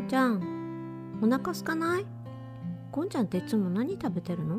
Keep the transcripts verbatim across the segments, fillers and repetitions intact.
んちゃん、お腹すかない？ゴンちゃんっていつも何食べてるの？ん？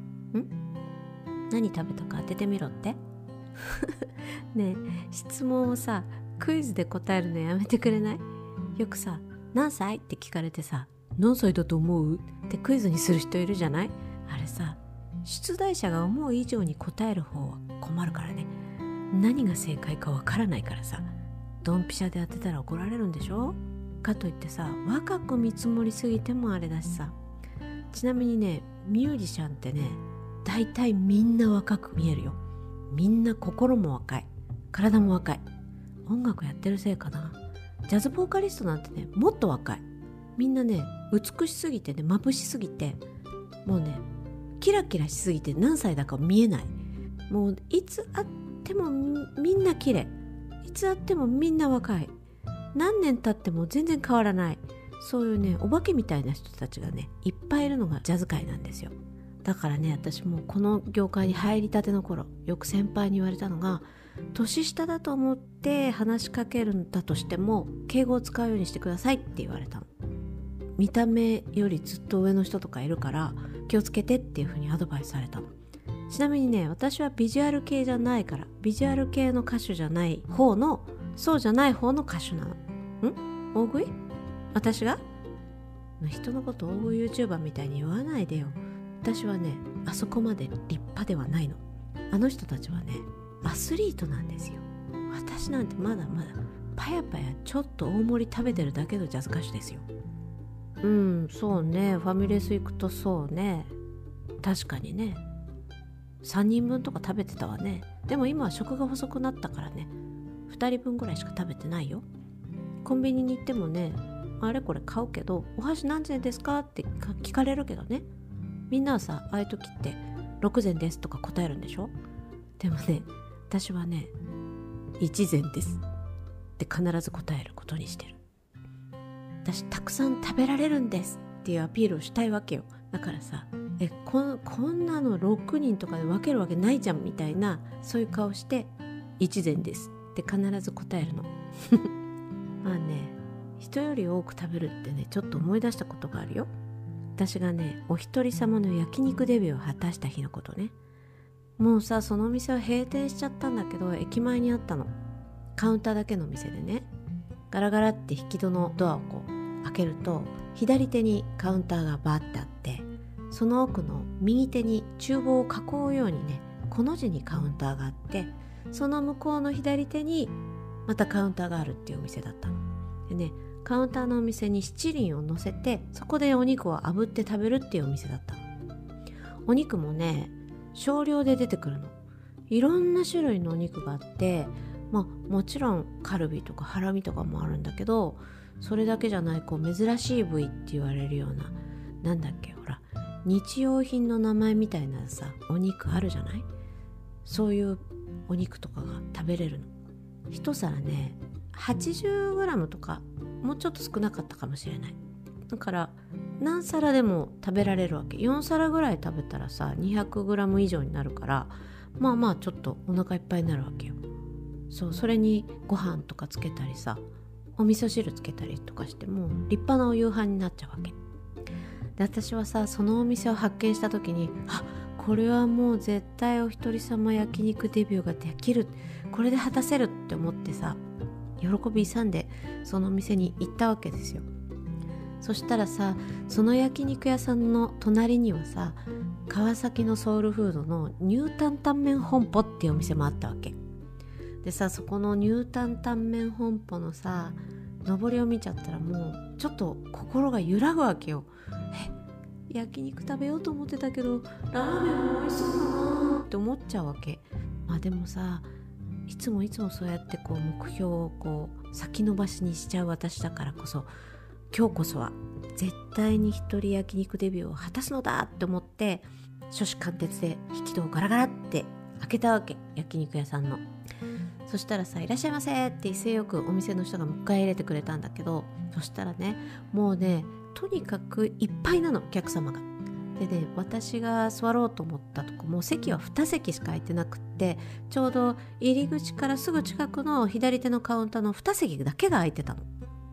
何食べたか当ててみろってねえ、質問をさ、クイズで答えるのやめてくれない？よくさ、何歳って聞かれてさ、何歳だと思うってクイズにする人いるじゃない？あれさ、出題者が思う以上に答える方は困るからね。何が正解かわからないからさ、ドンピシャで当てたら怒られるんでしょ？かといってさ、若く見積もりすぎてもあれだしさ。ちなみにね、ミュージシャンってね、大体みんな若く見えるよ。みんな心も若い、体も若い。音楽やってるせいかな。ジャズボーカリストなんてね、もっと若い。みんなね、美しすぎてね、眩しすぎて、もうね、キラキラしすぎて何歳だか見えない。もういつ会ってもみんな綺麗、いつ会ってもみんな若い、何年経っても全然変わらない。そういうね、お化けみたいな人たちがね、いっぱいいるのがジャズ界なんですよ。だからね、私もこの業界に入りたての頃、よく先輩に言われたのが、年下だと思って話しかけるんだとしても敬語を使うようにしてくださいって言われたの。見た目よりずっと上の人とかいるから気をつけてっていう風にアドバイスされたの。ちなみにね、私はビジュアル系じゃないから、ビジュアル系の歌手じゃない方の、そうじゃない方の歌手なの。ん？大食い？私が？人のこと大食い YouTuber みたいに言わないでよ。私はね、あそこまで立派ではないの。あの人たちはね、アスリートなんですよ。私なんてまだまだパヤパヤちょっと大盛り食べてるだけのジャズ歌手ですよ。うん、そうね、ファミレス行くとそうね、確かにね、さんにんぶんとか食べてたわね。でも今は食が細くなったからね、ふたりぶんぐらいしか食べてないよ。コンビニに行ってもね、あれこれ買うけど、お箸何膳ですかって聞かれるけどね、みんなはさ、ああいう時ってろく膳ですとか答えるんでしょ。でもね、私はね、いち膳ですって必ず答えることにしてる。私たくさん食べられるんですっていうアピールをしたいわけよ。だからさ、え こ, こんなのろくにんとかで分けるわけないじゃんみたいな、そういう顔していち膳ですって必ず答えるのまあね、人より多く食べるってね、ちょっと思い出したことがあるよ。私がね、お一人様の焼肉デビューを果たした日のことね。もうさ、そのお店は閉店しちゃったんだけど、駅前にあったの。カウンターだけの店でね、ガラガラって引き戸のドアをこう開けると、左手にカウンターがバーってあって、その奥の右手に厨房を囲うようにね、この字にカウンターがあって、その向こうの左手にまたカウンターがあるっていうお店だったの。でね、カウンターのお店に七輪を乗せて、そこでお肉を炙って食べるっていうお店だったの。お肉もね、少量で出てくるの。いろんな種類のお肉があって、まあもちろんカルビとかハラミとかもあるんだけど、それだけじゃない、こう珍しい部位って言われるような、なんだっけ、ほら、日用品の名前みたいなさ、お肉あるじゃない？そういうお肉とかが食べれるの。一皿ね、はちじゅうグラムとか、もうちょっと少なかったかもしれない。だから何皿でも食べられるわけ。よん皿ぐらい食べたらさ、にひゃくグラム以上になるから、まあまあちょっとお腹いっぱいになるわけよ。そう、それにご飯とかつけたりさ、お味噌汁つけたりとかしても立派なお夕飯になっちゃうわけで、私はさ、そのお店を発見した時に、あ、これはもう絶対お一人様焼肉デビューができる、これで果たせるって思ってさ、喜び勇んでその店に行ったわけですよ。そしたらさ、その焼肉屋さんの隣にはさ、川崎のソウルフードのニュータンタンメン本舗っていうお店もあったわけでさ、そこのニュータンタンメン本舗のさ、上りを見ちゃったらもうちょっと心が揺らぐわけよ。え、焼肉食べようと思ってたけどラーメンも美味しそうだなって思っちゃうわけ。まあでもさ、いつもいつもそうやってこう目標をこう先延ばしにしちゃう私だからこそ、今日こそは絶対に一人焼肉デビューを果たすのだって思って、初志貫徹で引き戸をガラガラって開けたわけ、焼肉屋さんの。そしたらさ、いらっしゃいませって威勢よくお店の人が迎え入れてくれたんだけど、そしたらね、もうね、とにかくいっぱいなの、お客様が。でね、私が座ろうと思ったとこ、もう席はに席しか空いてなくって、ちょうど入り口からすぐ近くの左手のカウンターのに席だけが空いてたの。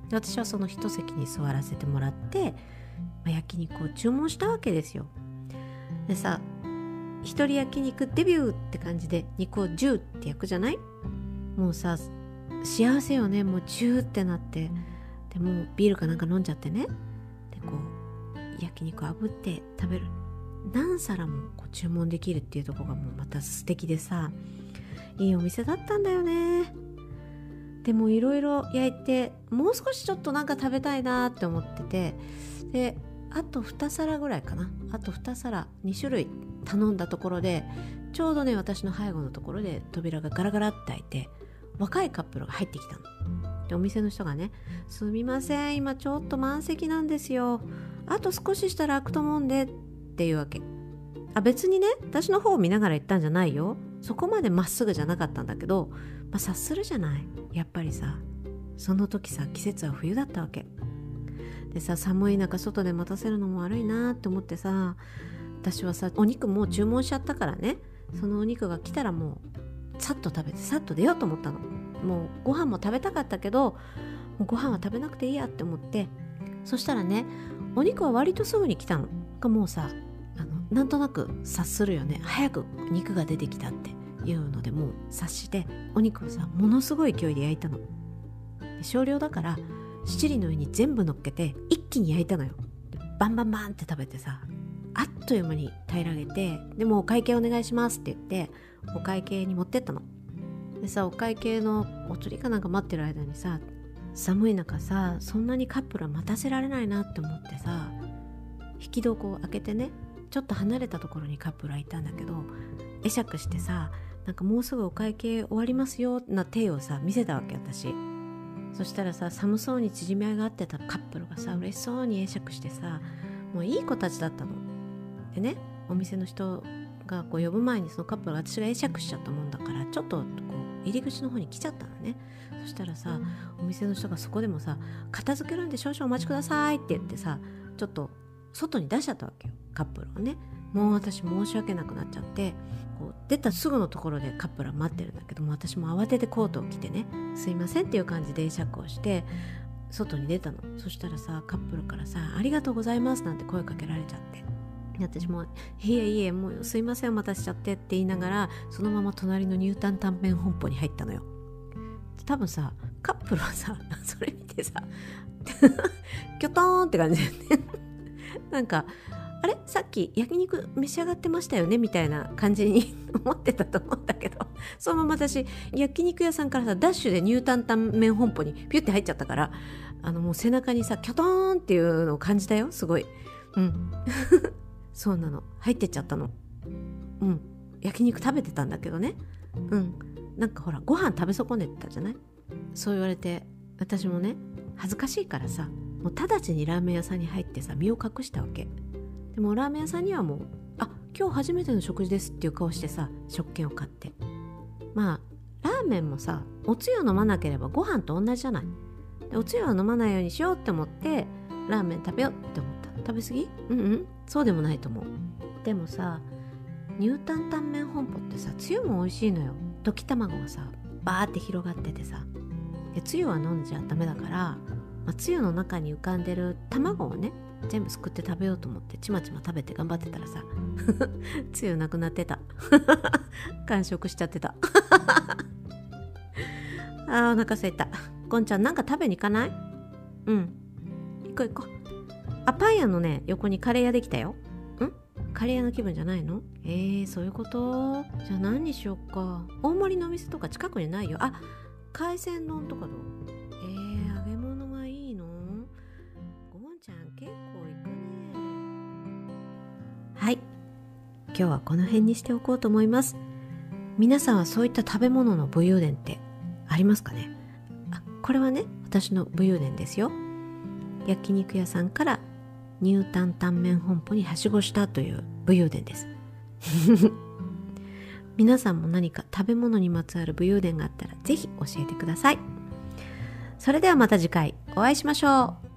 で私はその一席に座らせてもらって、まあ、焼肉を注文したわけですよ。でさ、一人焼肉デビューって感じで肉をジューって焼くじゃない。もうさ幸せよね。もうジューってなって、でもうビールかなんか飲んじゃってね、でこう焼肉炙って食べる、何皿もこう注文できるっていうところがもうまた素敵でさ、いいお店だったんだよね。でもいろいろ焼いて、もう少しちょっとなんか食べたいなって思ってて、であとに皿ぐらいかな、あとに皿に種類頼んだところで、ちょうどね私の背後のところで扉がガラガラって開いて、若いカップルが入ってきたの。でお店の人がね、すみません今ちょっと満席なんですよ、あと少ししたら開くと思うんでっていうわけ。あ、別にね私の方を見ながら言ったんじゃないよ。そこまでまっすぐじゃなかったんだけど、まあ、察するじゃない。やっぱりさ、その時さ季節は冬だったわけでさ、寒い中外で待たせるのも悪いなって思ってさ、私はさお肉もう注文しちゃったからね、そのお肉が来たらもうさっと食べてさっと出ようと思ったの。もうご飯も食べたかったけど、もうご飯は食べなくていいやって思って、そしたらねお肉は割とすぐに来たのが、もうさあのなんとなく察するよね。早く肉が出てきたっていうのでもう察してお肉をさものすごい勢いで焼いたの。少量だから七輪の上に全部乗っけて一気に焼いたのよ。バンバンバンって食べてさ、あっという間に平らげて、でもお会計お願いしますって言ってお会計に持ってったの。でさ、お会計のお釣りかなんか待ってる間にさ、寒い中さそんなにカップルは待たせられないなって思ってさ、引き戸をこう開けてね、ちょっと離れたところにカップルはいたんだけど、会釈してさ、なんかもうすぐお会計終わりますよな手をさ見せたわけ私。そしたらさ、寒そうに縮み合いがあってたカップルがさ嬉しそうに会釈してさ、もういい子たちだったの。でね、お店の人がこう呼ぶ前にそのカップルが私が会釈しちゃったもんだから、ちょっとこう入り口の方に来ちゃったのね。そしたらさ、お店の人がそこでもさ、片付けるんで少々お待ちくださいって言ってさ、ちょっと外に出しちゃったわけよ、カップルをね。もう私申し訳なくなっちゃって、こう出たすぐのところでカップルは待ってるんだけども、私も慌ててコートを着てね、すいませんっていう感じで会釈をして外に出たの。そしたらさ、カップルからさ、ありがとうございますなんて声かけられちゃって、私もいえいえもうすいませんお待たせしちゃってって言いながら、そのまま隣のニュータンタンメン本舗に入ったのよ。多分さカップルはさそれ見てさキョトーンって感じだよねなんかあれさっき焼肉召し上がってましたよねみたいな感じに思ってたと思うんだけど、そのまま私焼肉屋さんからさダッシュでニュータンタンメン本舗にピュッて入っちゃったから、あのもう背中にさキョトーンっていうのを感じたよ、すごい。うんそうなの、入ってっちゃったの。うん焼肉食べてたんだけどね。うんなんかほらご飯食べ損ねてたじゃない。そう言われて私もね恥ずかしいからさ、もう直ちにラーメン屋さんに入ってさ身を隠したわけ。でもラーメン屋さんにはもうあ今日初めての食事ですっていう顔してさ食券を買って、まあラーメンもさおつゆ飲まなければご飯と同じじゃない。でおつゆは飲まないようにしようって思ってラーメン食べようって思った。食べ過ぎ？うんうんそうでもないと思う。でもさニュータンタンメン本舗ってさつゆも美味しいのよ。溶き卵がさバーって広がっててさ、でつゆは飲んじゃダメだから、まあ、つゆの中に浮かんでる卵をね全部すくって食べようと思ってちまちま食べて頑張ってたらさつゆなくなってた完食しちゃってたあーお腹すいた。ゴンちゃんなんか食べに行かない？うん行こう行こう。あパン屋のね横にカレー屋できたよ。んカレー屋の気分じゃないの？えー、そういうこと？じゃあ何にしよっか。大盛りのお店とか近くにないよ。あ海鮮丼とかどう？えー、揚げ物がいいの？ゴンちゃん結構行くね。はい今日はこの辺にしておこうと思います。皆さんはそういった食べ物の武勇伝ってありますかね？あこれはね私の武勇伝ですよ。焼肉屋さんからニュータンタンメン本舗にはしごしたという武勇伝です皆さんも何か食べ物にまつわる武勇伝があったらぜひ教えてください。それではまた次回お会いしましょう。